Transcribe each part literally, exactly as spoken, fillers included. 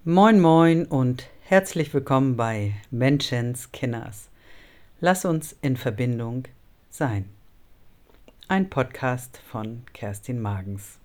Moin moin und herzlich willkommen bei Menschens Kinders. Lass uns in Verbindung sein. Ein Podcast von Kerstin Magens.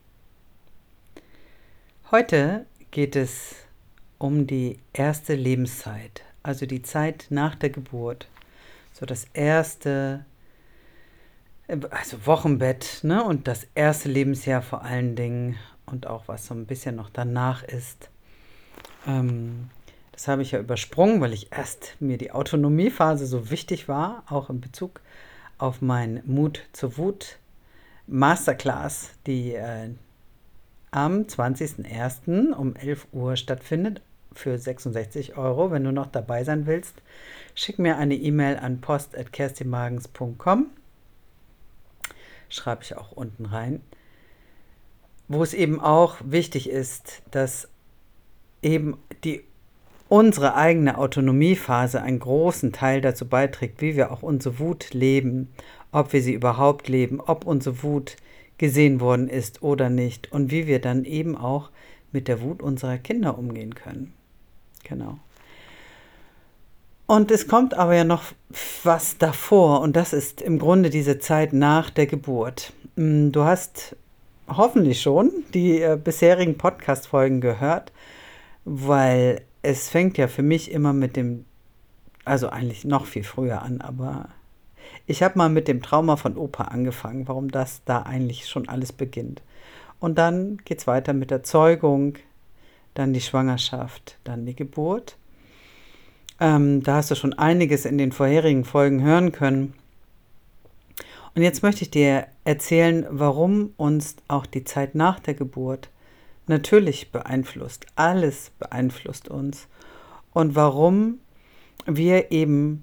Heute geht es um die erste Lebenszeit, also die Zeit nach der Geburt. So das erste, also Wochenbett, ne? Und das erste Lebensjahr vor allen Dingen und auch was so ein bisschen noch danach ist. Ähm, das habe ich ja übersprungen, weil ich erst mir die Autonomiephase so wichtig war, auch in Bezug auf mein Mut zur Wut Masterclass, die äh, am zwanzigsten ersten um elf Uhr stattfindet für sechsundsechzig Euro. Wenn du noch dabei sein willst, schick mir eine E-Mail an post at kerstinmagens punkt com. Schreibe ich auch unten rein. Wo es eben auch wichtig ist, dass eben die unsere eigene Autonomiephase einen großen Teil dazu beiträgt, wie wir auch unsere Wut leben, ob wir sie überhaupt leben, ob unsere Wut gesehen worden ist oder nicht und wie wir dann eben auch mit der Wut unserer Kinder umgehen können. Genau. Und es kommt aber ja noch was davor und das ist im Grunde diese Zeit nach der Geburt. Du hast hoffentlich schon die äh, bisherigen Podcast-Folgen gehört, weil es fängt ja für mich immer mit dem, also eigentlich noch viel früher an, aber ich habe mal mit dem Trauma von Opa angefangen, warum das da eigentlich schon alles beginnt. Und dann geht es weiter mit der Zeugung, dann die Schwangerschaft, dann die Geburt. Ähm, da hast du schon einiges in den vorherigen Folgen hören können. Und jetzt möchte ich dir erzählen, warum uns auch die Zeit nach der Geburt natürlich beeinflusst. Alles beeinflusst uns. Und warum wir eben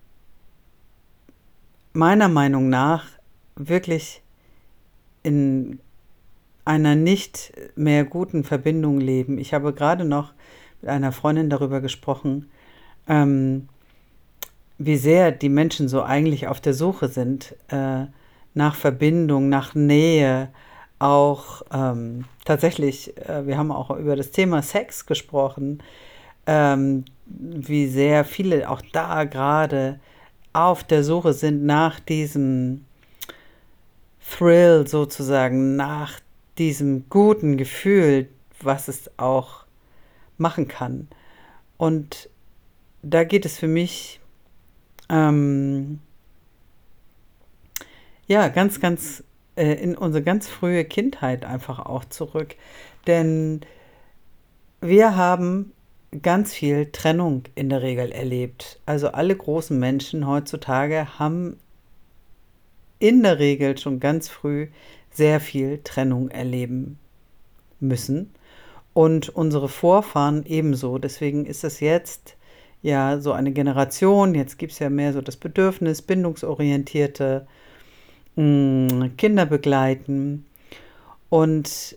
meiner Meinung nach wirklich in einer nicht mehr guten Verbindung leben. Ich habe gerade noch mit einer Freundin darüber gesprochen, ähm, wie sehr die Menschen so eigentlich auf der Suche sind äh, nach Verbindung, nach Nähe, auch ähm, tatsächlich, äh, wir haben auch über das Thema Sex gesprochen, ähm, wie sehr viele auch da gerade auf der Suche sind nach diesem Thrill sozusagen, nach diesem guten Gefühl, was es auch machen kann. Und da geht es für mich ähm, ja ganz, ganz äh, in unsere ganz frühe Kindheit einfach auch zurück. Denn wir haben ganz viel Trennung in der Regel erlebt. Also alle großen Menschen heutzutage haben in der Regel schon ganz früh sehr viel Trennung erleben müssen. Und unsere Vorfahren ebenso. Deswegen ist es jetzt ja so eine Generation, jetzt gibt es ja mehr so das Bedürfnis, bindungsorientierte mh, Kinder begleiten. Und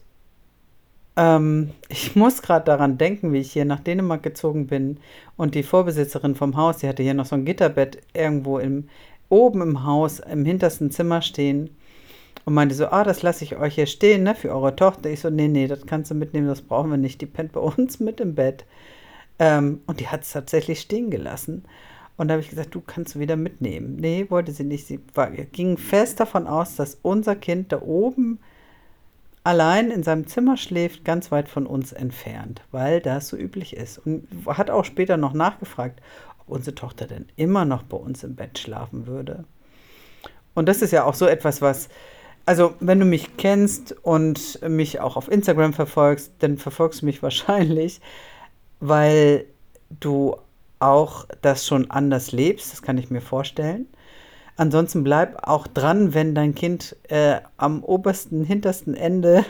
ähm, ich muss gerade daran denken, wie ich hier nach Dänemark gezogen bin und die Vorbesitzerin vom Haus, die hatte hier noch so ein Gitterbett irgendwo im, oben im Haus, im hintersten Zimmer stehen und meinte so, ah, das lasse ich euch hier stehen, ne, für eure Tochter. Ich so, nee, nee, das kannst du mitnehmen, das brauchen wir nicht, die pennt bei uns mit im Bett. Ähm, und die hat es tatsächlich stehen gelassen. Und da habe ich gesagt, du kannst wieder mitnehmen. Nee, wollte sie nicht. Sie war, ging fest davon aus, dass unser Kind da oben allein in seinem Zimmer schläft, ganz weit von uns entfernt, weil das so üblich ist. Und hat auch später noch nachgefragt, ob unsere Tochter denn immer noch bei uns im Bett schlafen würde. Und das ist ja auch so etwas, was, also wenn du mich kennst und mich auch auf Instagram verfolgst, dann verfolgst du mich wahrscheinlich, weil du auch das schon anders lebst, das kann ich mir vorstellen. Ansonsten bleib auch dran, wenn dein Kind äh, am obersten, hintersten Ende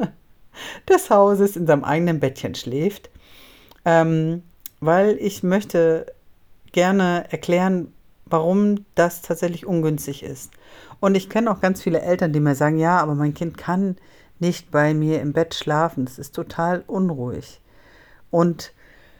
des Hauses in seinem eigenen Bettchen schläft, ähm, weil ich möchte gerne erklären, warum das tatsächlich ungünstig ist. Und ich kenne auch ganz viele Eltern, die mir sagen, ja, aber mein Kind kann nicht bei mir im Bett schlafen, es ist total unruhig. Und,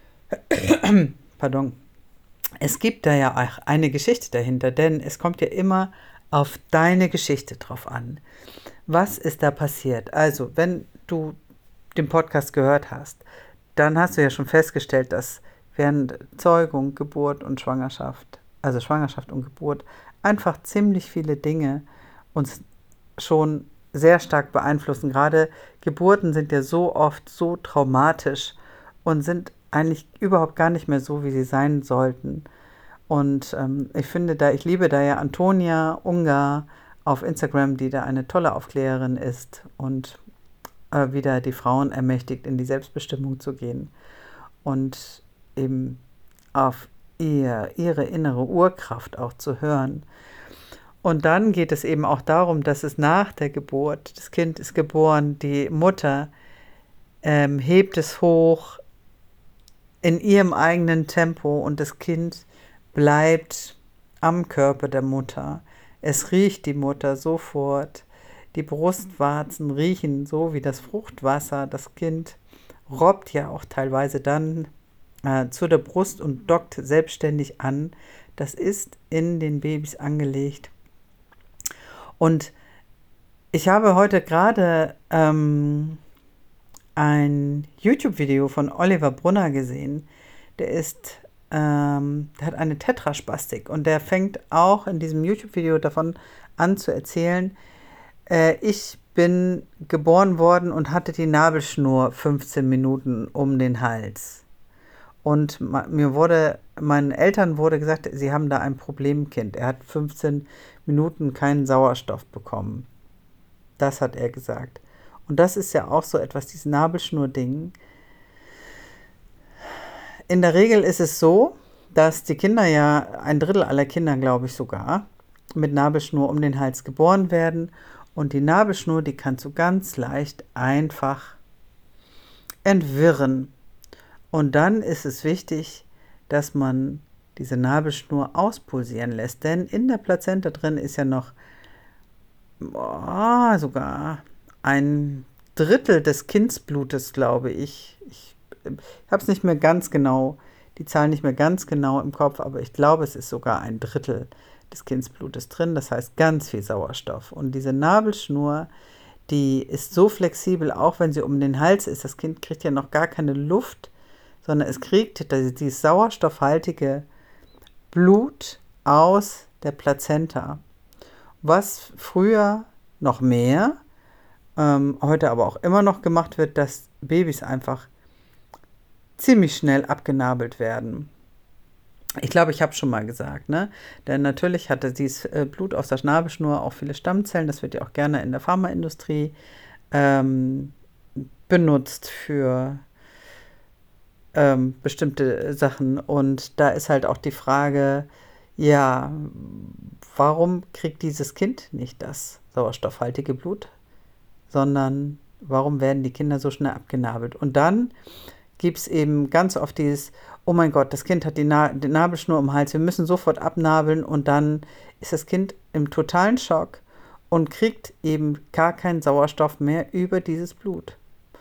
pardon, es gibt da ja auch eine Geschichte dahinter, denn es kommt ja immer auf deine Geschichte drauf an. Was ist da passiert? Also, wenn du den Podcast gehört hast, dann hast du ja schon festgestellt, dass während Zeugung, Geburt und Schwangerschaft, also Schwangerschaft und Geburt, einfach ziemlich viele Dinge uns schon sehr stark beeinflussen. Gerade Geburten sind ja so oft so traumatisch und sind eigentlich überhaupt gar nicht mehr so, wie sie sein sollten. Und ähm, ich finde da, ich liebe da ja Antonia Ungar auf Instagram, die da eine tolle Aufklärerin ist und äh, wieder die Frauen ermächtigt, in die Selbstbestimmung zu gehen und eben auf ihr, ihre innere Urkraft auch zu hören. Und dann geht es eben auch darum, dass es nach der Geburt, das Kind ist geboren, die Mutter ähm, hebt es hoch in ihrem eigenen Tempo und das Kind bleibt am Körper der Mutter. Es riecht die Mutter sofort. Die Brustwarzen riechen so wie das Fruchtwasser. Das Kind robbt ja auch teilweise dann äh, zu der Brust und dockt selbstständig an. Das ist in den Babys angelegt. Und ich habe heute gerade ähm, ein YouTube-Video von Oliver Brunner gesehen. Der ist, ähm, der hat eine Tetraspastik und der fängt auch in diesem YouTube-Video davon an zu erzählen, äh, ich bin geboren worden und hatte die Nabelschnur fünfzehn Minuten um den Hals. Und mir wurde, meinen Eltern wurde gesagt, sie haben da ein Problemkind. Er hat fünfzehn Minuten keinen Sauerstoff bekommen. Das hat er gesagt. Und das ist ja auch so etwas, dieses Nabelschnur-Ding. In der Regel ist es so, dass die Kinder ja, ein Drittel aller Kinder, glaube ich sogar, mit Nabelschnur um den Hals geboren werden. Und die Nabelschnur, die kannst du ganz leicht einfach entwirren. Und dann ist es wichtig, dass man diese Nabelschnur auspulsieren lässt. Denn in der Plazenta drin ist ja noch oh, sogar ein Drittel des Kindsblutes, glaube ich. Ich, ich habe es nicht mehr ganz genau, die Zahl nicht mehr ganz genau im Kopf, aber ich glaube, es ist sogar ein Drittel des Kindsblutes drin. Das heißt ganz viel Sauerstoff. Und diese Nabelschnur, die ist so flexibel, auch wenn sie um den Hals ist. Das Kind kriegt ja noch gar keine Luft, sondern es kriegt dieses sauerstoffhaltige Blut aus der Plazenta. Was früher noch mehr, ähm, heute aber auch immer noch gemacht wird, dass Babys einfach ziemlich schnell abgenabelt werden. Ich glaube, ich habe schon mal gesagt, ne? Denn natürlich hatte dieses äh, Blut aus der Nabelschnur auch viele Stammzellen. Das wird ja auch gerne in der Pharmaindustrie ähm, benutzt für ähm, bestimmte Sachen. Und da ist halt auch die Frage, ja, warum kriegt dieses Kind nicht das sauerstoffhaltige Blut, sondern warum werden die Kinder so schnell abgenabelt? Und dann gibt es eben ganz oft dieses, oh mein Gott, das Kind hat die, Na- die Nabelschnur im Hals, wir müssen sofort abnabeln und dann ist das Kind im totalen Schock und kriegt eben gar keinen Sauerstoff mehr über dieses Blut.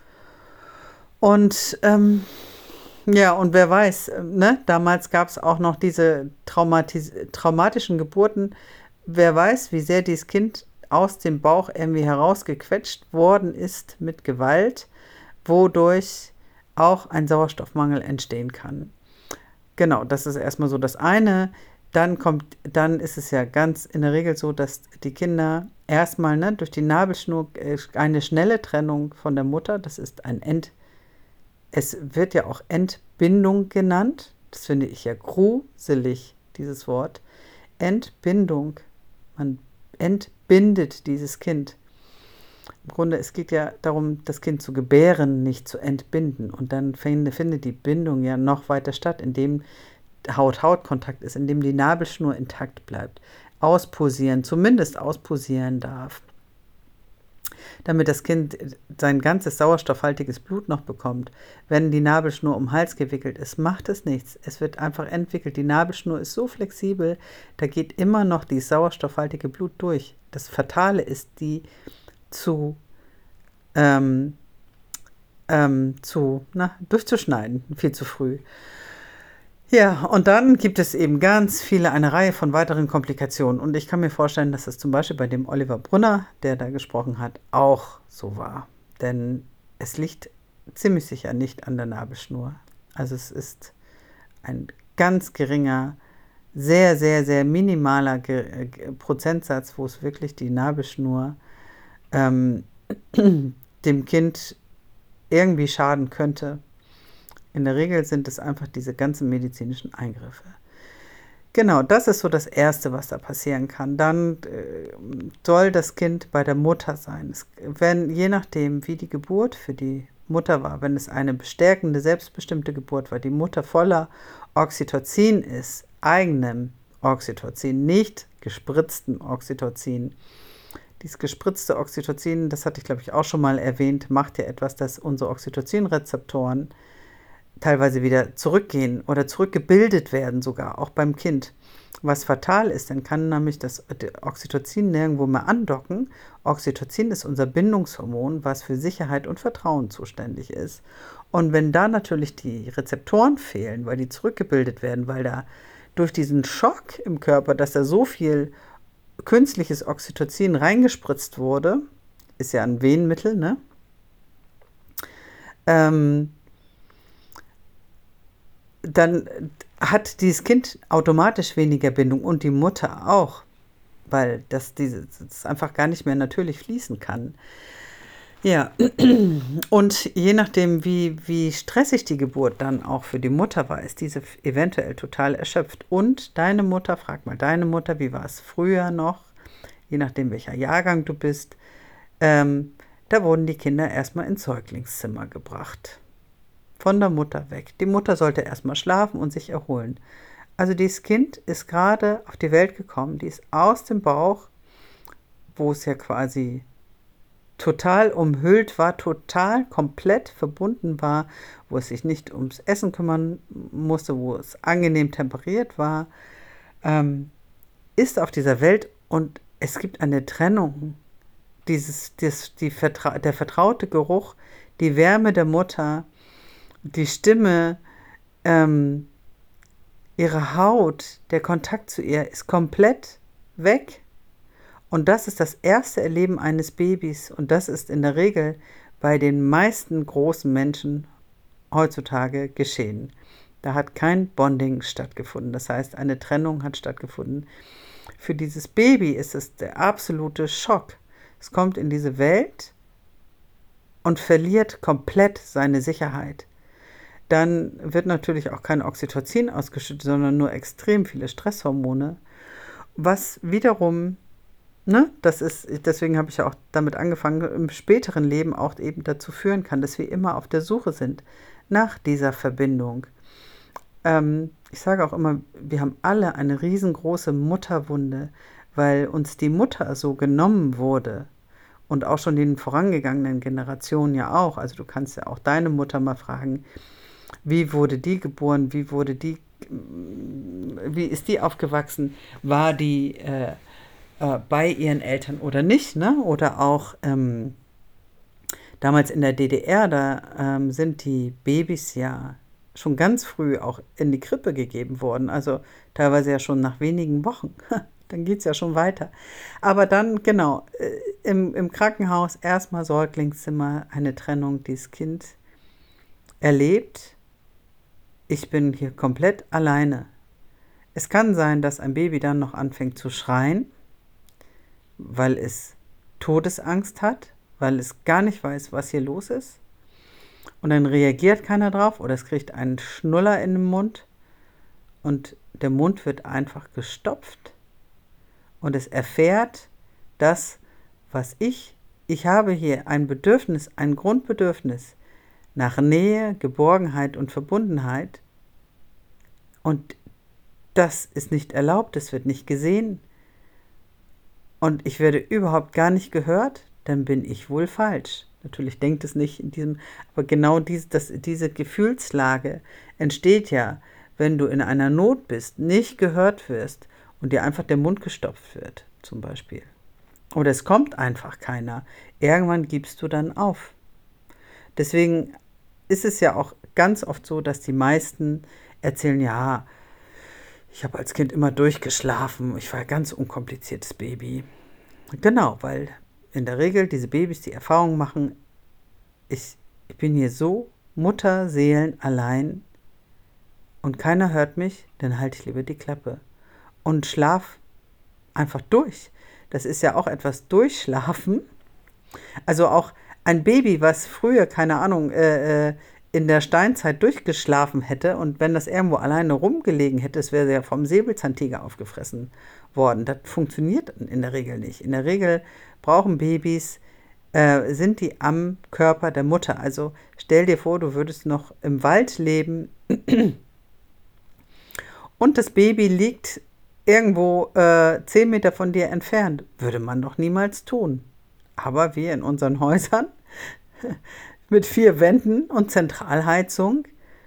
Und ähm, ja, und wer weiß, ne? Damals gab es auch noch diese traumatis- traumatischen Geburten. Wer weiß, wie sehr dieses Kind aus dem Bauch irgendwie herausgequetscht worden ist mit Gewalt, wodurch auch ein Sauerstoffmangel entstehen kann. Genau, das ist erstmal so das eine. Dann kommt, dann ist es ja ganz in der Regel so, dass die Kinder erstmal ne, durch die Nabelschnur äh, eine schnelle Trennung von der Mutter, das ist ein Ent, es wird ja auch Entbindung genannt. Das finde ich ja gruselig, dieses Wort. Entbindung. Man entbindet dieses Kind. Im Grunde, es geht ja darum, das Kind zu gebären, nicht zu entbinden. Und dann finde, findet die Bindung ja noch weiter statt, indem Haut-Haut-Kontakt ist, indem die Nabelschnur intakt bleibt. Auspulsieren, zumindest auspulsieren darf. Damit das Kind sein ganzes sauerstoffhaltiges Blut noch bekommt. Wenn die Nabelschnur um den Hals gewickelt ist, macht es nichts. Es wird einfach entwickelt. Die Nabelschnur ist so flexibel, da geht immer noch dieses sauerstoffhaltige Blut durch. Das Fatale ist, die zu, ähm, ähm, zu na, durchzuschneiden, viel zu früh. Ja, und dann gibt es eben ganz viele, eine Reihe von weiteren Komplikationen. Und ich kann mir vorstellen, dass es zum Beispiel bei dem Oliver Brunner, der da gesprochen hat, auch so war. Denn es liegt ziemlich sicher nicht an der Nabelschnur. Also es ist ein ganz geringer, sehr, sehr, sehr minimaler Ge Ge Prozentsatz, wo es wirklich die Nabelschnur ähm, dem Kind irgendwie schaden könnte. In der Regel sind es einfach diese ganzen medizinischen Eingriffe. Genau, das ist so das Erste, was da passieren kann. Dann äh, soll das Kind bei der Mutter sein. Es, wenn, je nachdem, wie die Geburt für die Mutter war, wenn es eine bestärkende, selbstbestimmte Geburt war, die Mutter voller Oxytocin ist, eigenem Oxytocin, nicht gespritzten Oxytocin. Dieses gespritzte Oxytocin, das hatte ich glaube ich auch schon mal erwähnt, macht ja etwas, dass unsere Oxytocin-Rezeptoren teilweise wieder zurückgehen oder zurückgebildet werden sogar, auch beim Kind. Was fatal ist, dann kann nämlich das Oxytocin nirgendwo mehr andocken. Oxytocin ist unser Bindungshormon, was für Sicherheit und Vertrauen zuständig ist. Und wenn da natürlich die Rezeptoren fehlen, weil die zurückgebildet werden, weil da durch diesen Schock im Körper, dass da so viel künstliches Oxytocin reingespritzt wurde, ist ja ein Venenmittel, ne? Ähm, dann hat dieses Kind automatisch weniger Bindung und die Mutter auch, weil das, diese, das einfach gar nicht mehr natürlich fließen kann. Ja, und je nachdem, wie, wie stressig die Geburt dann auch für die Mutter war, ist diese eventuell total erschöpft. Und deine Mutter, frag mal deine Mutter, wie war es früher noch, je nachdem welcher Jahrgang du bist, ähm, da wurden die Kinder erstmal ins Säuglingszimmer gebracht. Von der Mutter weg. Die Mutter sollte erstmal schlafen und sich erholen. Also dieses Kind ist gerade auf die Welt gekommen, die ist aus dem Bauch, wo es ja quasi total umhüllt war, total komplett verbunden war, wo es sich nicht ums Essen kümmern musste, wo es angenehm temperiert war, ähm, ist auf dieser Welt und es gibt eine Trennung. Dieses, dieses, die Vertra- der vertraute Geruch, die Wärme der Mutter, die Stimme, ähm, ihre Haut, der Kontakt zu ihr ist komplett weg. Und das ist das erste Erleben eines Babys. Und das ist in der Regel bei den meisten großen Menschen heutzutage geschehen. Da hat kein Bonding stattgefunden. Das heißt, eine Trennung hat stattgefunden. Für dieses Baby ist es der absolute Schock. Es kommt in diese Welt und verliert komplett seine Sicherheit. Dann wird natürlich auch kein Oxytocin ausgeschüttet, sondern nur extrem viele Stresshormone, was wiederum, ne, das ist, deswegen habe ich ja auch damit angefangen, im späteren Leben auch eben dazu führen kann, dass wir immer auf der Suche sind nach dieser Verbindung. Ähm, ich sage auch immer, wir haben alle eine riesengroße Mutterwunde, weil uns die Mutter so genommen wurde. Und auch schon in den vorangegangenen Generationen ja auch. Also du kannst ja auch deine Mutter mal fragen, wie wurde die geboren, wie wurde die, wie ist die aufgewachsen, war die äh, äh, bei ihren Eltern oder nicht, ne? Oder auch ähm, damals in der D D R, da ähm, sind die Babys ja schon ganz früh auch in die Krippe gegeben worden, also teilweise ja schon nach wenigen Wochen. Dann geht es ja schon weiter. Aber dann, genau, äh, im, im Krankenhaus erstmal Säuglingszimmer, eine Trennung, dieses Kind erlebt, ich bin hier komplett alleine. Es kann sein, dass ein Baby dann noch anfängt zu schreien, weil es Todesangst hat, weil es gar nicht weiß, was hier los ist. Und dann reagiert keiner drauf oder es kriegt einen Schnuller in den Mund und der Mund wird einfach gestopft und es erfährt das, was ich, ich habe hier ein Bedürfnis, ein Grundbedürfnis nach Nähe, Geborgenheit und Verbundenheit und das ist nicht erlaubt, es wird nicht gesehen und ich werde überhaupt gar nicht gehört, dann bin ich wohl falsch. Natürlich denkt es nicht in diesem, aber genau dies, das, diese Gefühlslage entsteht ja, wenn du in einer Not bist, nicht gehört wirst und dir einfach der Mund gestopft wird, zum Beispiel. Oder es kommt einfach keiner. Irgendwann gibst du dann auf. Deswegen ist es ja auch ganz oft so, dass die meisten erzählen, ja, ich habe als Kind immer durchgeschlafen, ich war ein ganz unkompliziertes Baby. Genau, weil in der Regel diese Babys die Erfahrung machen, ich ich bin hier so Mutterseelen allein und keiner hört mich, dann halte ich lieber die Klappe und schlaf einfach durch. Das ist ja auch etwas durchschlafen. Also auch ein Baby, was früher, keine Ahnung, äh, äh, in der Steinzeit durchgeschlafen hätte und wenn das irgendwo alleine rumgelegen hätte, es wäre ja vom Säbelzahntiger aufgefressen worden. Das funktioniert in der Regel nicht. In der Regel brauchen Babys, äh, sind die am Körper der Mutter. Also stell dir vor, du würdest noch im Wald leben und das Baby liegt irgendwo äh, zehn Meter von dir entfernt. Würde man doch niemals tun. Aber wir in unseren Häusern mit vier Wänden und Zentralheizung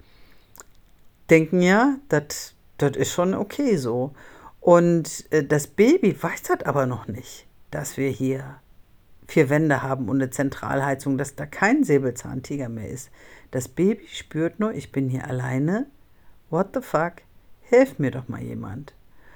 denken ja, das ist schon okay so. Und äh, das Baby weiß das aber noch nicht, dass wir hier vier Wände haben und eine Zentralheizung, dass da kein Säbelzahntiger mehr ist. Das Baby spürt nur, ich bin hier alleine. What the fuck? Hilf mir doch mal jemand.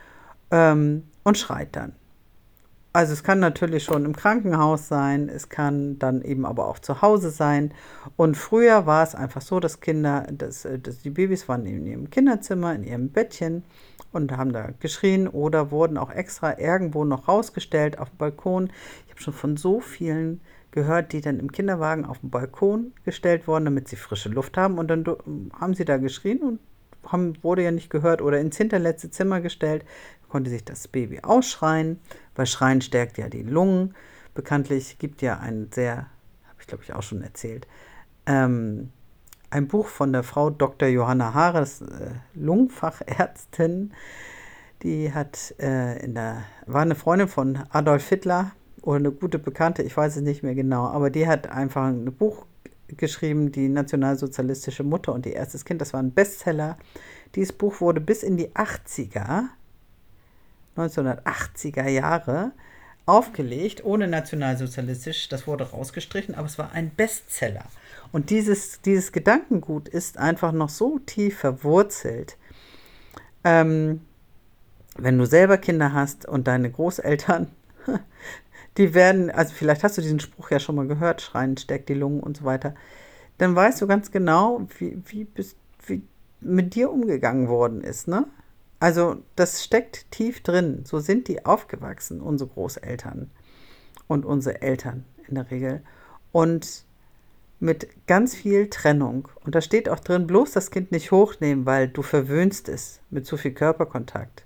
Ähm, und schreit dann. Also es kann natürlich schon im Krankenhaus sein, es kann dann eben aber auch zu Hause sein. Und früher war es einfach so, dass Kinder, dass, dass die Babys waren in ihrem Kinderzimmer, in ihrem Bettchen und haben da geschrien oder wurden auch extra irgendwo noch rausgestellt auf dem Balkon. Ich habe schon von so vielen gehört, die dann im Kinderwagen auf den Balkon gestellt wurden, damit sie frische Luft haben. Und dann haben sie da geschrien und haben, wurde ja nicht gehört oder ins hinterletzte Zimmer gestellt. Da konnte sich das Baby ausschreien, weil Schreien stärkt ja die Lungen. Bekanntlich gibt ja ein sehr, habe ich glaube ich auch schon erzählt, ähm, ein Buch von der Frau Doktor Johanna Haares, äh, Lungenfachärztin, die hat äh, in der, war eine Freundin von Adolf Hitler oder eine gute Bekannte, ich weiß es nicht mehr genau, aber die hat einfach ein Buch geschrieben, die nationalsozialistische Mutter und ihr erstes Kind, das war ein Bestseller. Dieses Buch wurde bis in die achtziger, neunzehnhundertachtziger Jahre aufgelegt, ohne nationalsozialistisch, das wurde rausgestrichen, aber es war ein Bestseller. Und dieses, dieses Gedankengut ist einfach noch so tief verwurzelt. Ähm, wenn du selber Kinder hast und deine Großeltern, die werden, also vielleicht hast du diesen Spruch ja schon mal gehört, Schreien stärkt die Lungen und so weiter, dann weißt du ganz genau, wie, wie, bist, wie mit dir umgegangen worden ist, ne? Also das steckt tief drin. So sind die aufgewachsen, unsere Großeltern und unsere Eltern in der Regel. Und mit ganz viel Trennung. Und da steht auch drin, bloß das Kind nicht hochnehmen, weil du verwöhnst es mit zu viel Körperkontakt.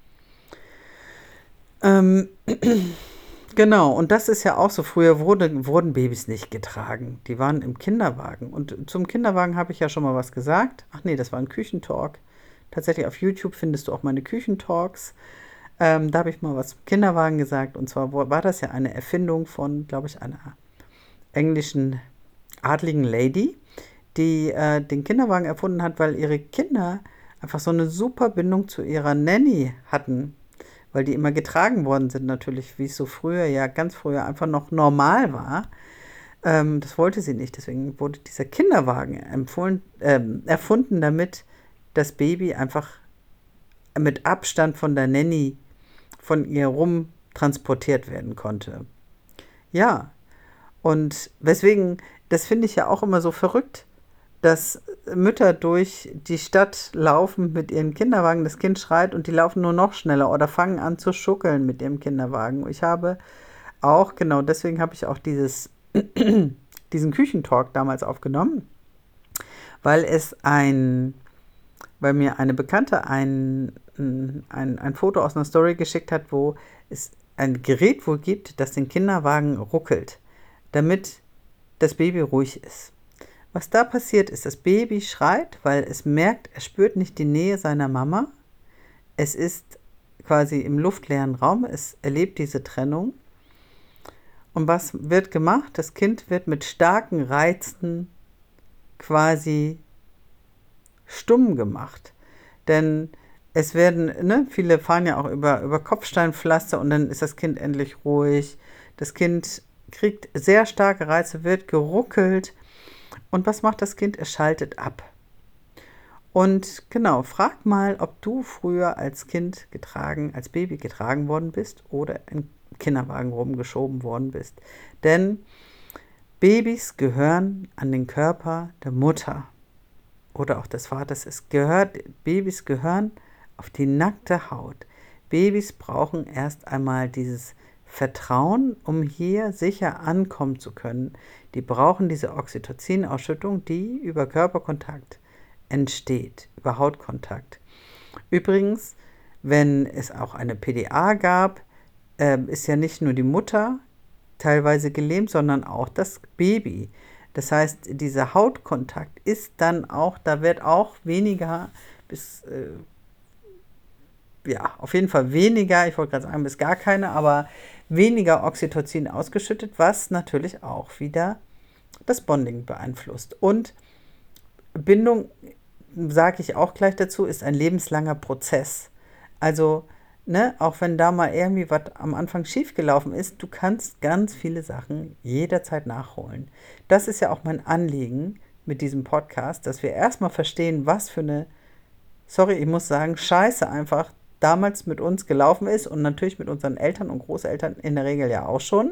Ähm, genau, und das ist ja auch so. Früher wurde, wurden Babys nicht getragen. Die waren im Kinderwagen. Und zum Kinderwagen habe ich ja schon mal was gesagt. Ach nee, das war ein Küchentalk. Tatsächlich auf YouTube findest du auch meine Küchentalks. Ähm, da habe ich mal was zum Kinderwagen gesagt. Und zwar war das ja eine Erfindung von, glaube ich, einer englischen adligen Lady, die äh, den Kinderwagen erfunden hat, weil ihre Kinder einfach so eine super Bindung zu ihrer Nanny hatten. Weil die immer getragen worden sind natürlich, wie es so früher, ja ganz früher einfach noch normal war. Ähm, das wollte sie nicht. Deswegen wurde dieser Kinderwagen empfohlen, ähm, erfunden, damit das Baby einfach mit Abstand von der Nanny von ihr rum transportiert werden konnte. Ja, und weswegen, das finde ich ja auch immer so verrückt, dass Mütter durch die Stadt laufen mit ihren Kinderwagen, das Kind schreit und die laufen nur noch schneller oder fangen an zu schuckeln mit ihrem Kinderwagen. Ich habe auch, genau deswegen habe ich auch dieses, diesen Küchentalk damals aufgenommen, weil es ein weil mir eine Bekannte ein, ein, ein Foto aus einer Story geschickt hat, wo es ein Gerät wohl gibt, das den Kinderwagen ruckelt, damit das Baby ruhig ist. Was da passiert ist, das Baby schreit, weil es merkt, er spürt nicht die Nähe seiner Mama. Es ist quasi im luftleeren Raum, es erlebt diese Trennung. Und was wird gemacht? Das Kind wird mit starken Reizen quasi stumm gemacht. Denn es werden, ne, viele fahren ja auch über, über Kopfsteinpflaster und dann ist das Kind endlich ruhig. Das Kind kriegt sehr starke Reize, wird geruckelt. Und was macht das Kind? Es schaltet ab. Und genau, frag mal, ob du früher als Kind getragen, als Baby getragen worden bist oder im Kinderwagen rumgeschoben worden bist. Denn Babys gehören an den Körper der Mutter oder auch des Vaters. Es gehört, Babys gehören auf die nackte Haut. Babys brauchen erst einmal dieses Vertrauen, um hier sicher ankommen zu können. Die brauchen diese Oxytocin-Ausschüttung, die über Körperkontakt entsteht, über Hautkontakt. Übrigens, wenn es auch eine P D A gab, äh, ist ja nicht nur die Mutter teilweise gelähmt, sondern auch das Baby. Das heißt, dieser Hautkontakt ist dann auch, da wird auch weniger bis, äh, ja, auf jeden Fall weniger, ich wollte gerade sagen, bis gar keine, aber weniger Oxytocin ausgeschüttet, was natürlich auch wieder das Bonding beeinflusst. Und Bindung, sage ich auch gleich dazu, ist ein lebenslanger Prozess. Also, ne, auch wenn da mal irgendwie was am Anfang schiefgelaufen ist, du kannst ganz viele Sachen jederzeit nachholen. Das ist ja auch mein Anliegen mit diesem Podcast, dass wir erstmal verstehen, was für eine, sorry, ich muss sagen, Scheiße einfach damals mit uns gelaufen ist und natürlich mit unseren Eltern und Großeltern in der Regel ja auch schon.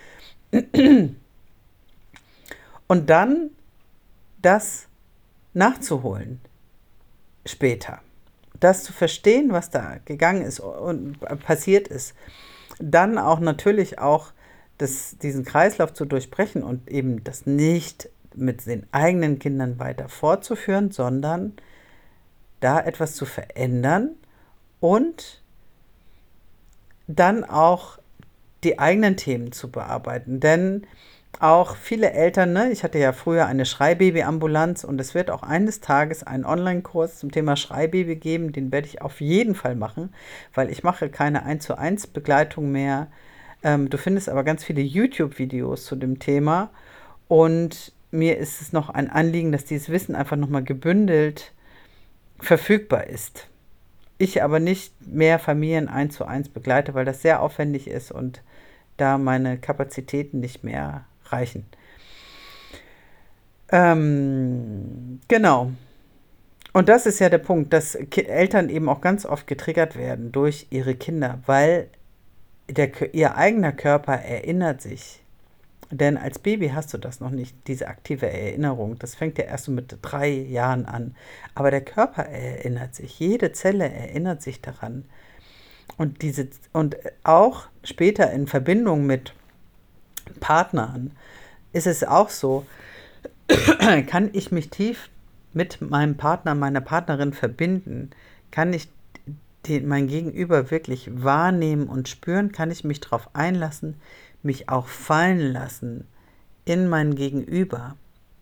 Und dann das nachzuholen später. Das zu verstehen, was da gegangen ist und passiert ist. Dann auch natürlich auch das, diesen Kreislauf zu durchbrechen und eben das nicht mit den eigenen Kindern weiter fortzuführen, sondern da etwas zu verändern und dann auch die eigenen Themen zu bearbeiten. Denn auch viele Eltern, ne, ich hatte ja früher eine Schreibaby-Ambulanz und es wird auch eines Tages einen Online-Kurs zum Thema Schreibaby geben, den werde ich auf jeden Fall machen, weil ich mache keine eins zu eins Begleitung mehr. Ähm, du findest aber ganz viele YouTube-Videos zu dem Thema und mir ist es noch ein Anliegen, dass dieses Wissen einfach nochmal gebündelt verfügbar ist. Ich aber nicht mehr Familien eins zu eins begleite, weil das sehr aufwendig ist und da meine Kapazitäten nicht mehr reichen. Ähm, genau. Und das ist ja der Punkt, dass Ki- Eltern eben auch ganz oft getriggert werden durch ihre Kinder, weil der, Kö- ihr eigener Körper erinnert sich. Denn als Baby hast du das noch nicht, diese aktive Erinnerung. Das fängt ja erst so mit drei Jahren an. Aber der Körper erinnert sich, jede Zelle erinnert sich daran. Und, diese, und auch später in Verbindung mit Partnern ist es auch so, kann ich mich tief mit meinem Partner, meiner Partnerin verbinden, kann ich den, mein Gegenüber wirklich wahrnehmen und spüren, kann ich mich darauf einlassen, mich auch fallen lassen in mein Gegenüber.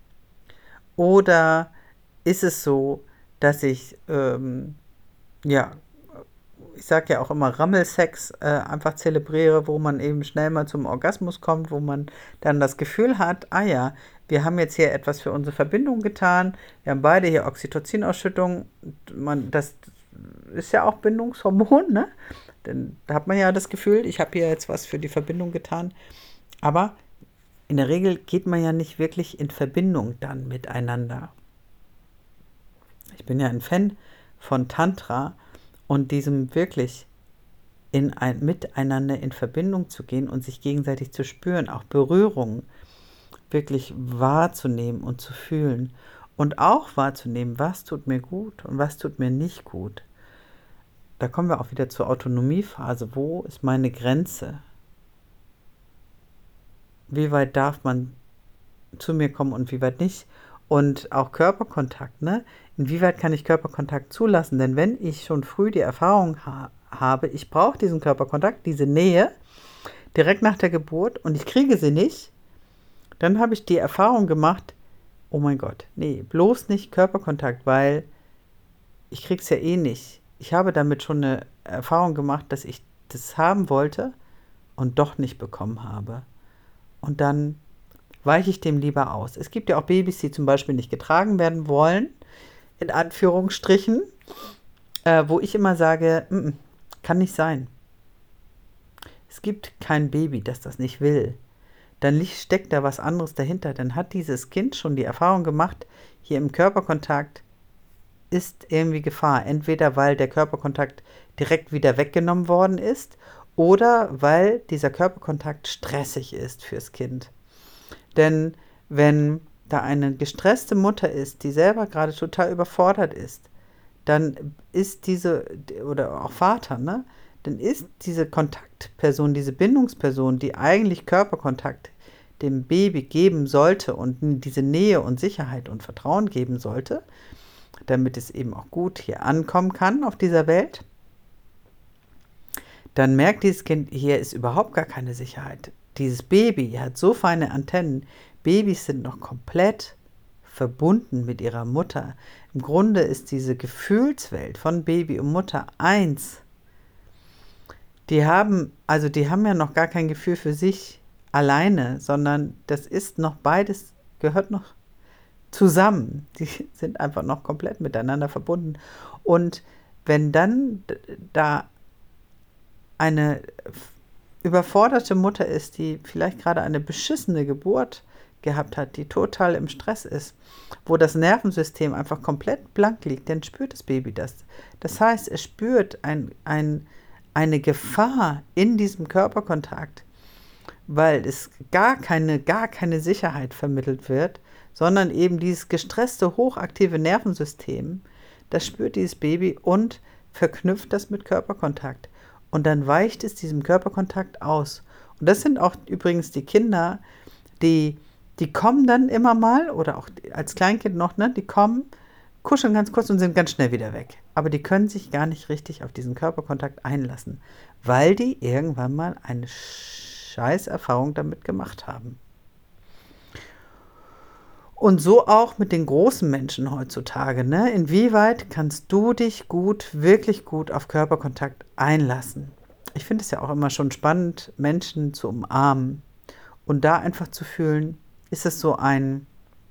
Oder ist es so, dass ich, ähm, ja, ich sage ja auch immer Rammelsex äh, einfach zelebriere, wo man eben schnell mal zum Orgasmus kommt, wo man dann das Gefühl hat, ah ja, wir haben jetzt hier etwas für unsere Verbindung getan, wir haben beide hier Oxytocin-Ausschüttung, man, das ist ja auch Bindungshormon, ne? Denn da hat man ja das Gefühl, ich habe hier jetzt was für die Verbindung getan, aber in der Regel geht man ja nicht wirklich in Verbindung dann miteinander. Ich bin ja ein Fan von Tantra und diesem wirklich in ein Miteinander in Verbindung zu gehen und sich gegenseitig zu spüren, auch Berührungen wirklich wahrzunehmen und zu fühlen und auch wahrzunehmen, was tut mir gut und was tut mir nicht gut. Da kommen wir auch wieder zur Autonomiephase. Wo ist meine Grenze? Wie weit darf man zu mir kommen und wie weit nicht? Und auch Körperkontakt, ne? Inwieweit kann ich Körperkontakt zulassen? Denn wenn ich schon früh die Erfahrung ha- habe, ich brauche diesen Körperkontakt, diese Nähe, direkt nach der Geburt und ich kriege sie nicht, dann habe ich die Erfahrung gemacht, oh mein Gott, nee, bloß nicht Körperkontakt, weil ich kriege es ja eh nicht. Ich habe damit schon eine Erfahrung gemacht, dass ich das haben wollte und doch nicht bekommen habe. Und dann weiche ich dem lieber aus. Es gibt ja auch Babys, die zum Beispiel nicht getragen werden wollen, in Anführungsstrichen, äh, wo ich immer sage, "Mm, kann nicht sein. Es gibt kein Baby, das das nicht will. Dann liegt, steckt da was anderes dahinter. Dann hat dieses Kind schon die Erfahrung gemacht, hier im Körperkontakt ist irgendwie Gefahr. Entweder weil der Körperkontakt direkt wieder weggenommen worden ist oder weil dieser Körperkontakt stressig ist fürs Kind. Denn wenn da eine gestresste Mutter ist, die selber gerade total überfordert ist, dann ist diese, oder auch Vater, ne? Dann ist diese Kontaktperson, diese Bindungsperson, die eigentlich Körperkontakt dem Baby geben sollte und diese Nähe und Sicherheit und Vertrauen geben sollte, damit es eben auch gut hier ankommen kann auf dieser Welt, dann merkt dieses Kind, hier ist überhaupt gar keine Sicherheit. Dieses Baby hat so feine Antennen. Babys sind noch komplett verbunden mit ihrer Mutter. Im Grunde ist diese Gefühlswelt von Baby und Mutter eins. Die haben, also die haben ja noch gar kein Gefühl für sich alleine, sondern das ist noch beides, gehört noch zusammen. Die sind einfach noch komplett miteinander verbunden. Und wenn dann da eine überforderte Mutter ist, die vielleicht gerade eine beschissene Geburt gehabt hat, die total im Stress ist, wo das Nervensystem einfach komplett blank liegt, dann spürt das Baby das. Das heißt, es spürt ein, ein, eine Gefahr in diesem Körperkontakt, weil es gar keine, gar keine Sicherheit vermittelt wird, sondern eben dieses gestresste, hochaktive Nervensystem, das spürt dieses Baby und verknüpft das mit Körperkontakt. Und dann weicht es diesem Körperkontakt aus. Und das sind auch übrigens die Kinder, die, die kommen dann immer mal, oder auch als Kleinkind noch, ne, die kommen, kuscheln ganz kurz und sind ganz schnell wieder weg. Aber die können sich gar nicht richtig auf diesen Körperkontakt einlassen, weil die irgendwann mal eine Scheißerfahrung damit gemacht haben. Und so auch mit den großen Menschen heutzutage. Ne? Inwieweit kannst du dich gut, wirklich gut auf Körperkontakt einlassen? Ich finde es ja auch immer schon spannend, Menschen zu umarmen und da einfach zu fühlen, ist es so ein,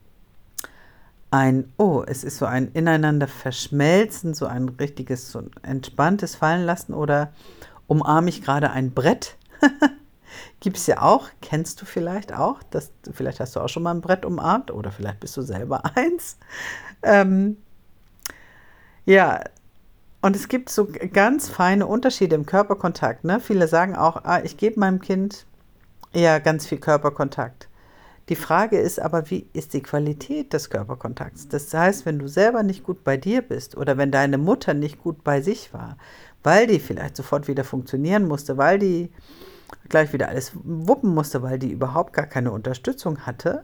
ein, oh, es ist so ein ineinander verschmelzen, so ein richtiges, so ein entspanntes Fallenlassen oder umarme ich gerade ein Brett? Gibt es ja auch, kennst du vielleicht auch, dass, vielleicht hast du auch schon mal ein Brett umarmt oder vielleicht bist du selber eins. Ähm, ja, und es gibt so ganz feine Unterschiede im Körperkontakt. Ne? Viele sagen auch, ah, ich gebe meinem Kind ja ganz viel Körperkontakt. Die Frage ist aber, wie ist die Qualität des Körperkontakts? Das heißt, wenn du selber nicht gut bei dir bist oder wenn deine Mutter nicht gut bei sich war, weil die vielleicht sofort wieder funktionieren musste, weil die gleich wieder alles wuppen musste, weil die überhaupt gar keine Unterstützung hatte,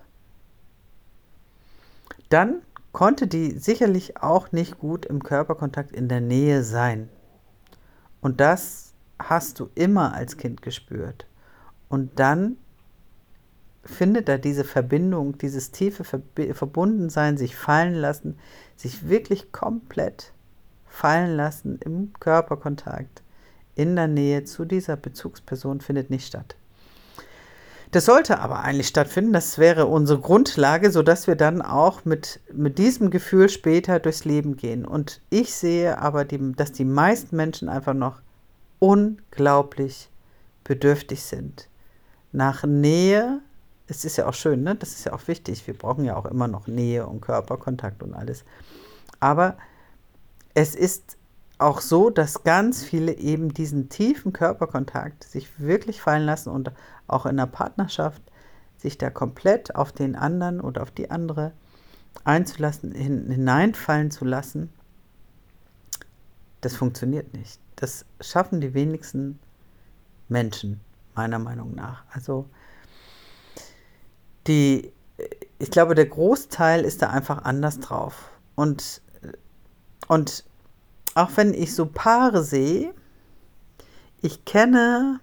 dann konnte die sicherlich auch nicht gut im Körperkontakt in der Nähe sein. Und das hast du immer als Kind gespürt. Und dann findet da diese Verbindung, dieses tiefe Verbi- Verbundensein, sich fallen lassen, sich wirklich komplett fallen lassen im Körperkontakt, in der Nähe zu dieser Bezugsperson findet nicht statt. Das sollte aber eigentlich stattfinden, das wäre unsere Grundlage, sodass wir dann auch mit, mit diesem Gefühl später durchs Leben gehen. Und ich sehe aber, die, dass die meisten Menschen einfach noch unglaublich bedürftig sind. Nach Nähe, es ist ja auch schön, ne? Das ist ja auch wichtig, wir brauchen ja auch immer noch Nähe und Körperkontakt und alles. Aber es ist auch so, dass ganz viele eben diesen tiefen Körperkontakt sich wirklich fallen lassen und auch in der Partnerschaft sich da komplett auf den anderen oder auf die andere einzulassen, hin, hineinfallen zu lassen. Das funktioniert nicht. Das schaffen die wenigsten Menschen, meiner Meinung nach. Also die, ich glaube, der Großteil ist da einfach anders drauf. Und, und auch wenn ich so Paare sehe, ich kenne,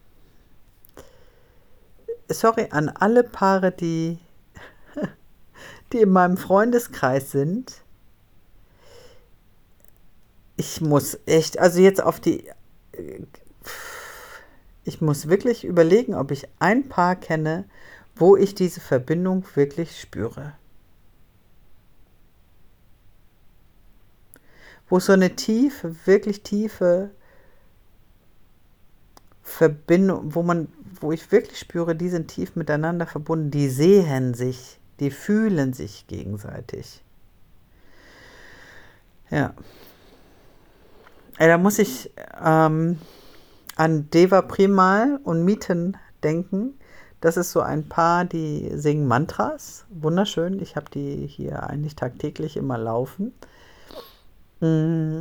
sorry, an alle Paare, die, die in meinem Freundeskreis sind, ich muss echt, also jetzt auf die, ich muss wirklich überlegen, ob ich ein Paar kenne, wo ich diese Verbindung wirklich spüre. Wo so eine tiefe, wirklich tiefe Verbindung, wo man, wo ich wirklich spüre, die sind tief miteinander verbunden, die sehen sich, die fühlen sich gegenseitig. Ja. Da muss ich ähm, an Deva Premal und Miten denken. Das ist so ein Paar, die singen Mantras. Wunderschön. Ich habe die hier eigentlich tagtäglich immer laufen. Mm.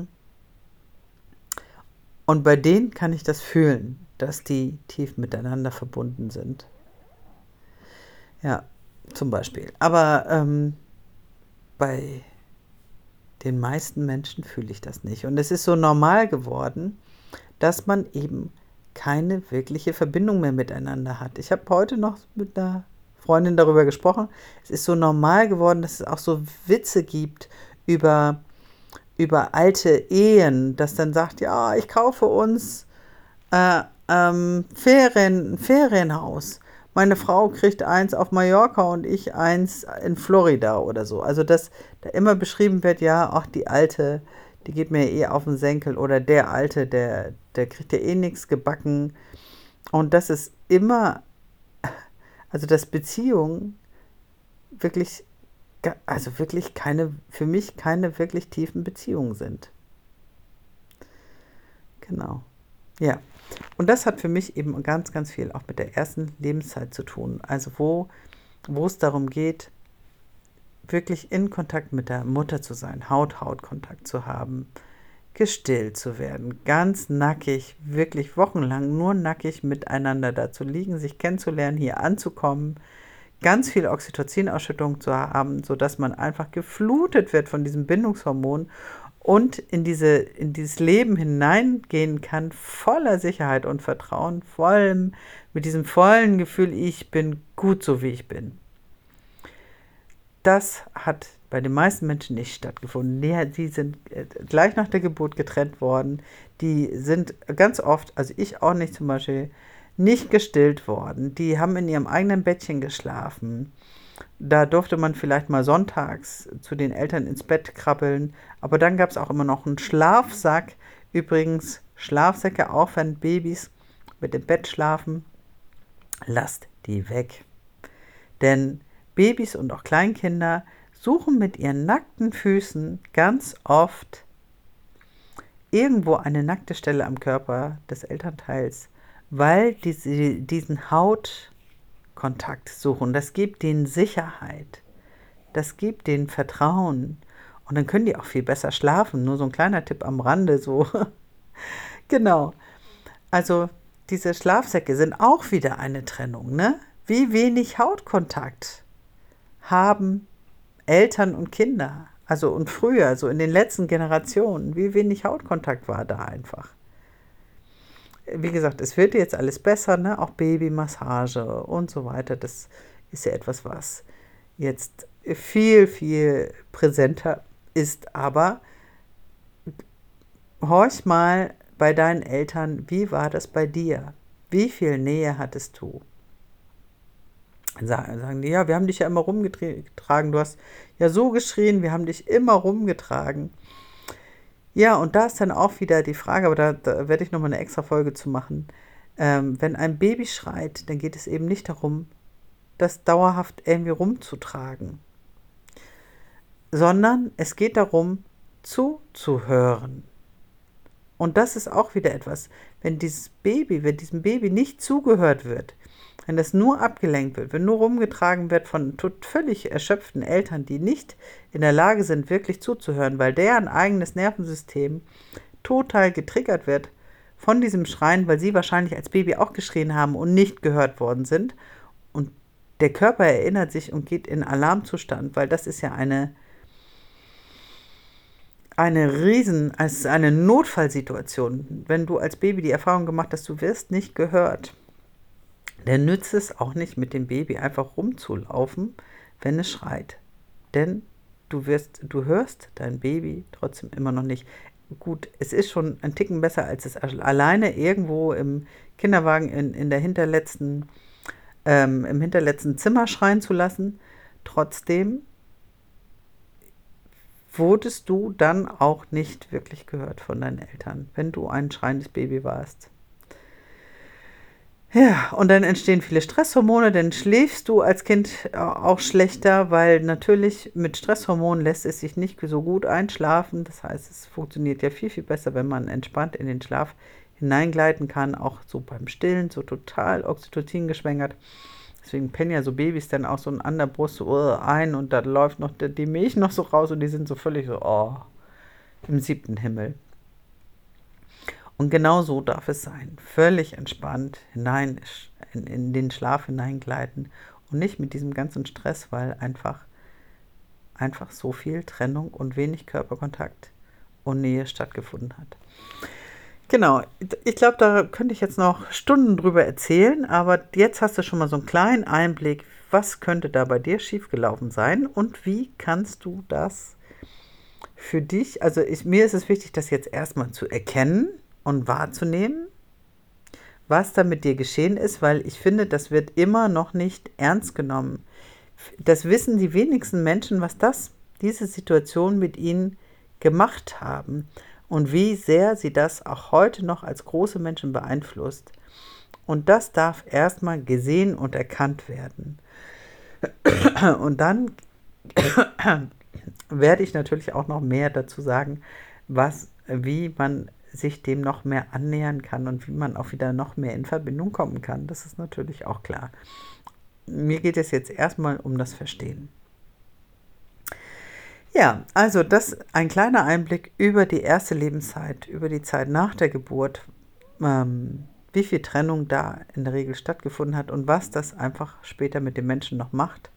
Und bei denen kann ich das fühlen, dass die tief miteinander verbunden sind. Ja, zum Beispiel. Aber ähm, bei den meisten Menschen fühle ich das nicht. Und es ist so normal geworden, dass man eben keine wirkliche Verbindung mehr miteinander hat. Ich habe heute noch mit einer Freundin darüber gesprochen. Es ist so normal geworden, dass es auch so Witze gibt über, über alte Ehen, dass dann sagt, ja, ich kaufe uns äh, ähm, Ferien, ein Ferienhaus. Meine Frau kriegt eins auf Mallorca und ich eins in Florida oder so. Also dass da immer beschrieben wird, ja, ach, die Alte, die geht mir eh auf den Senkel, oder der Alte, der, der kriegt ja eh nichts gebacken. Und das ist immer, also dass Beziehungen wirklich, also wirklich keine, für mich keine wirklich tiefen Beziehungen sind. Genau. Ja. Und das hat für mich eben ganz, ganz viel auch mit der ersten Lebenszeit zu tun. Also wo, wo es darum geht, wirklich in Kontakt mit der Mutter zu sein, Haut-Haut-Kontakt zu haben, gestillt zu werden, ganz nackig, wirklich wochenlang nur nackig miteinander da zu liegen, sich kennenzulernen, hier anzukommen, ganz viel Oxytocin-Ausschüttung zu haben, sodass man einfach geflutet wird von diesem Bindungshormon und in, diese, in dieses Leben hineingehen kann, voller Sicherheit und Vertrauen, voll, mit diesem vollen Gefühl, ich bin gut so, wie ich bin. Das hat bei den meisten Menschen nicht stattgefunden. Die, die sind gleich nach der Geburt getrennt worden. Die sind ganz oft, also ich auch nicht zum Beispiel, nicht gestillt worden. Die haben in ihrem eigenen Bettchen geschlafen. Da durfte man vielleicht mal sonntags zu den Eltern ins Bett krabbeln. Aber dann gab es auch immer noch einen Schlafsack. Übrigens, Schlafsäcke, auch wenn Babys mit dem Bett schlafen, lasst die weg. Denn Babys und auch Kleinkinder suchen mit ihren nackten Füßen ganz oft irgendwo eine nackte Stelle am Körper des Elternteils, weil die diesen Hautkontakt suchen. Das gibt denen Sicherheit, das gibt denen Vertrauen und dann können die auch viel besser schlafen. Nur so ein kleiner Tipp am Rande, so. Genau. Also diese Schlafsäcke sind auch wieder eine Trennung, ne? Wie wenig Hautkontakt haben Eltern und Kinder, also und früher, so in den letzten Generationen, wie wenig Hautkontakt war da einfach. Wie gesagt, es wird jetzt alles besser, ne? Auch Babymassage und so weiter, das ist ja etwas, was jetzt viel, viel präsenter ist, aber horch mal bei deinen Eltern, wie war das bei dir? Wie viel Nähe hattest du? Sagen die, ja, wir haben dich ja immer rumgetragen, du hast ja so geschrien, wir haben dich immer rumgetragen. Ja, und da ist dann auch wieder die Frage, aber da, da werde ich nochmal eine extra Folge zu machen. Ähm, wenn ein Baby schreit, dann geht es eben nicht darum, das dauerhaft irgendwie rumzutragen, sondern es geht darum, zuzuhören. Und das ist auch wieder etwas, wenn dieses Baby, wenn diesem Baby nicht zugehört wird, wenn das nur abgelenkt wird, wenn nur rumgetragen wird von völlig erschöpften Eltern, die nicht in der Lage sind, wirklich zuzuhören, weil deren eigenes Nervensystem total getriggert wird von diesem Schreien, weil sie wahrscheinlich als Baby auch geschrien haben und nicht gehört worden sind. Und der Körper erinnert sich und geht in Alarmzustand, weil das ist ja eine, eine Riesen, also eine Notfallsituation. Wenn du als Baby die Erfahrung gemacht hast, du wirst nicht gehört, dann nützt es auch nicht, mit dem Baby einfach rumzulaufen, wenn es schreit. Denn du wirst, du hörst dein Baby trotzdem immer noch nicht. Gut, es ist schon ein Ticken besser, als es alleine irgendwo im Kinderwagen in, in der hinterletzten, ähm, im hinterletzten Zimmer schreien zu lassen. Trotzdem wurdest du dann auch nicht wirklich gehört von deinen Eltern, wenn du ein schreiendes Baby warst. Ja, und dann entstehen viele Stresshormone, dann schläfst du als Kind auch schlechter, weil natürlich mit Stresshormonen lässt es sich nicht so gut einschlafen. Das heißt, es funktioniert ja viel, viel besser, wenn man entspannt in den Schlaf hineingleiten kann, auch so beim Stillen, so total Oxytocin geschwängert. Deswegen pennen ja so Babys dann auch so an der Brust so uh, ein und da läuft noch die, die Milch noch so raus und die sind so völlig so, oh, im siebten Himmel. Und genau so darf es sein. Völlig entspannt hinein in, in den Schlaf hineingleiten und nicht mit diesem ganzen Stress, weil einfach, einfach so viel Trennung und wenig Körperkontakt und Nähe stattgefunden hat. Genau, ich glaube, da könnte ich jetzt noch Stunden drüber erzählen, aber jetzt hast du schon mal so einen kleinen Einblick, was könnte da bei dir schiefgelaufen sein und wie kannst du das für dich, also ich, mir ist es wichtig, das jetzt erstmal zu erkennen und wahrzunehmen, was da mit dir geschehen ist, weil ich finde, das wird immer noch nicht ernst genommen. Das wissen die wenigsten Menschen, was das, diese Situation mit ihnen gemacht haben und wie sehr sie das auch heute noch als große Menschen beeinflusst. Und das darf erstmal gesehen und erkannt werden. Und dann werde ich natürlich auch noch mehr dazu sagen, was, wie man sich dem noch mehr annähern kann und wie man auch wieder noch mehr in Verbindung kommen kann. Das ist natürlich auch klar. Mir geht es jetzt erstmal um das Verstehen. Ja, also das ist ein kleiner Einblick über die erste Lebenszeit, über die Zeit nach der Geburt, ähm, wie viel Trennung da in der Regel stattgefunden hat und was das einfach später mit den Menschen noch macht.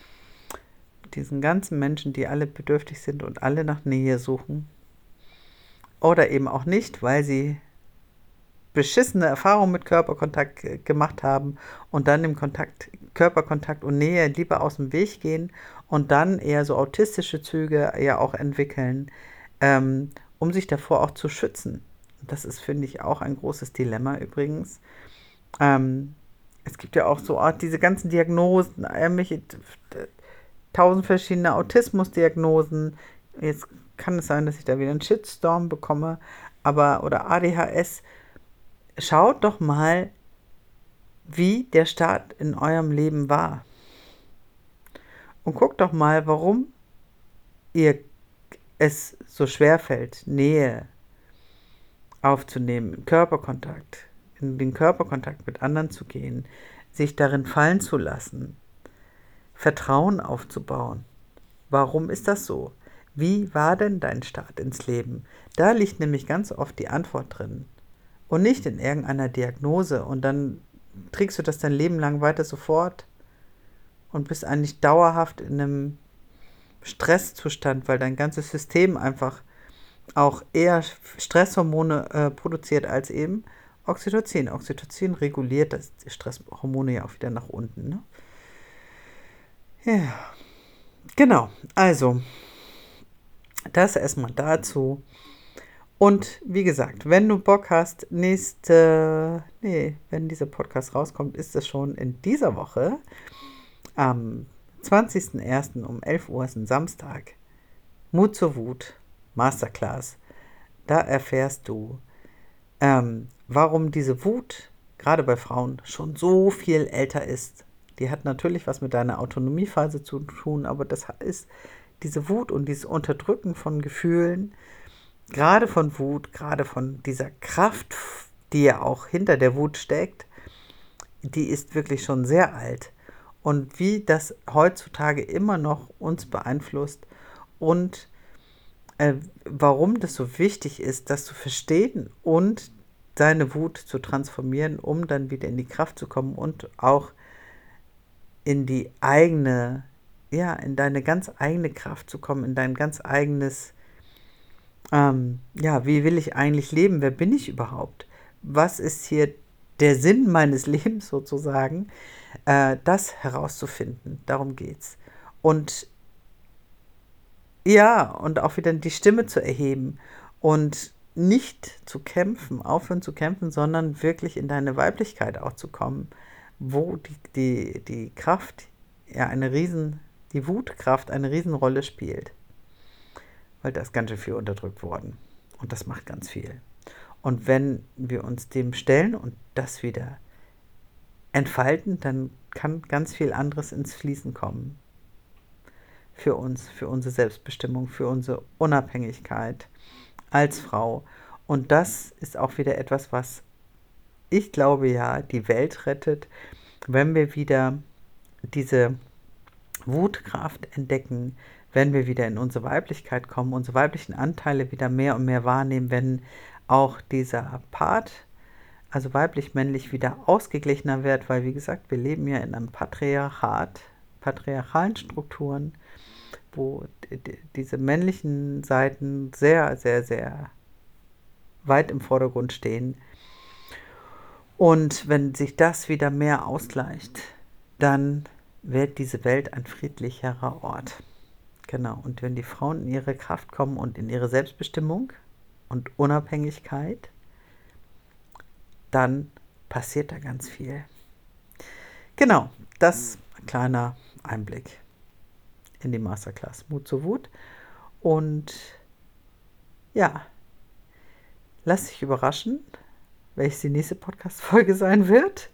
Diesen ganzen Menschen, die alle bedürftig sind und alle nach Nähe suchen. Oder eben auch nicht, weil sie beschissene Erfahrungen mit Körperkontakt gemacht haben und dann im Kontakt, Körperkontakt und Nähe lieber aus dem Weg gehen und dann eher so autistische Züge ja auch entwickeln, ähm, um sich davor auch zu schützen. Das ist, finde ich, auch ein großes Dilemma übrigens. Ähm, es gibt ja auch so oh, diese ganzen Diagnosen, irgendwelche tausend verschiedene Autismusdiagnosen. Jetzt kann es sein, dass ich da wieder einen Shitstorm bekomme, aber oder A D H S. Schaut doch mal, wie der Start in eurem Leben war. Und guckt doch mal, warum ihr es so schwer fällt, Nähe aufzunehmen, Körperkontakt, in den Körperkontakt mit anderen zu gehen, sich darin fallen zu lassen, Vertrauen aufzubauen. Warum ist das so? Wie war denn dein Start ins Leben? Da liegt nämlich ganz oft die Antwort drin. Und nicht in irgendeiner Diagnose. Und dann trägst du das dein Leben lang weiter sofort und bist eigentlich dauerhaft in einem Stresszustand, weil dein ganzes System einfach auch eher Stresshormone äh, produziert als eben Oxytocin. Oxytocin reguliert das, die Stresshormone ja auch wieder nach unten. Ne? Ja, genau. Also, das erstmal dazu. Und wie gesagt, wenn du Bock hast, nächste, nee, wenn dieser Podcast rauskommt, ist es schon in dieser Woche, am zwanzigsten ersten um elf Uhr ist ein Samstag, Mut zur Wut, Masterclass. Da erfährst du, ähm, warum diese Wut, gerade bei Frauen, schon so viel älter ist. Die hat natürlich was mit deiner Autonomiephase zu tun, aber das ist diese Wut und dieses Unterdrücken von Gefühlen, gerade von Wut, gerade von dieser Kraft, die ja auch hinter der Wut steckt, die ist wirklich schon sehr alt. Und wie das heutzutage immer noch uns beeinflusst und äh, warum das so wichtig ist, das zu verstehen und deine Wut zu transformieren, um dann wieder in die Kraft zu kommen und auch in die eigene, ja, in deine ganz eigene Kraft zu kommen, in dein ganz eigenes Ähm, ja, wie will ich eigentlich leben? Wer bin ich überhaupt? Was ist hier der Sinn meines Lebens sozusagen? Äh, das herauszufinden, darum geht's. Und ja, und auch wieder die Stimme zu erheben und nicht zu kämpfen, aufhören zu kämpfen, sondern wirklich in deine Weiblichkeit auch zu kommen, wo die, die, die Kraft, ja, eine Riesen, die Wutkraft eine Riesenrolle spielt. Weil da ist ganz schön viel unterdrückt worden. Und das macht ganz viel. Und wenn wir uns dem stellen und das wieder entfalten, dann kann ganz viel anderes ins Fließen kommen. Für uns, für unsere Selbstbestimmung, für unsere Unabhängigkeit als Frau. Und das ist auch wieder etwas, was ich glaube ja die Welt rettet, wenn wir wieder diese Wutkraft entdecken, wenn wir wieder in unsere Weiblichkeit kommen, unsere weiblichen Anteile wieder mehr und mehr wahrnehmen, wenn auch dieser Part, also weiblich-männlich, wieder ausgeglichener wird, weil, wie gesagt, wir leben ja in einem Patriarchat, patriarchalen Strukturen, wo diese männlichen Seiten sehr, sehr, sehr weit im Vordergrund stehen. Und wenn sich das wieder mehr ausgleicht, dann wird diese Welt ein friedlicherer Ort. Genau, und wenn die Frauen in ihre Kraft kommen und in ihre Selbstbestimmung und Unabhängigkeit, dann passiert da ganz viel. Genau, das ein kleiner Einblick in die Masterclass Mut zur Wut. Und ja, lass dich überraschen, welches die nächste Podcast-Folge sein wird.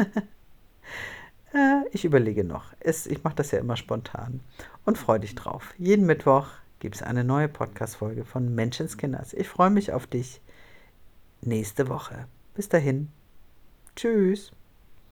äh, ich überlege noch. Es, ich mache das ja immer spontan und freue dich drauf. Jeden Mittwoch gibt es eine neue Podcast-Folge von Menschenskinders. Ich freue mich auf dich nächste Woche. Bis dahin. Tschüss.